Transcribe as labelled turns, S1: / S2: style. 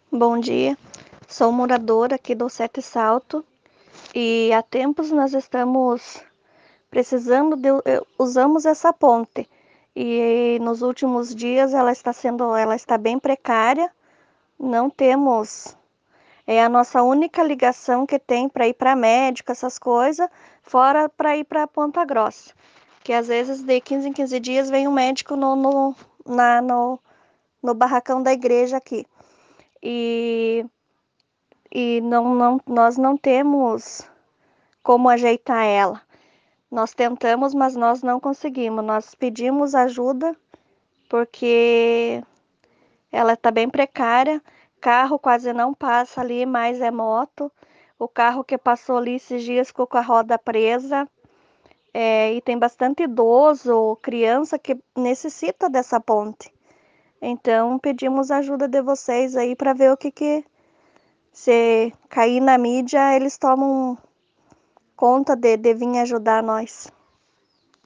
S1: Bom dia, sou moradora aqui do Sete Salto e há tempos nós estamos precisando usamos essa ponte e nos últimos dias ela está bem precária, não temos, é a nossa única ligação que tem para ir para médico, essas coisas, fora para ir para Ponta Grossa, que às vezes de 15 em 15 dias vem um médico no barracão da igreja aqui. E nós não temos como ajeitar ela. Nós tentamos, mas nós não conseguimos. Nós pedimos ajuda porque ela está bem precária. Carro quase não passa ali, mais é moto. O carro que passou ali esses dias ficou com a roda presa. E tem bastante idoso, criança que necessita dessa ponte. Então pedimos ajuda de vocês aí para ver o que se cair na mídia eles tomam conta de vir ajudar nós.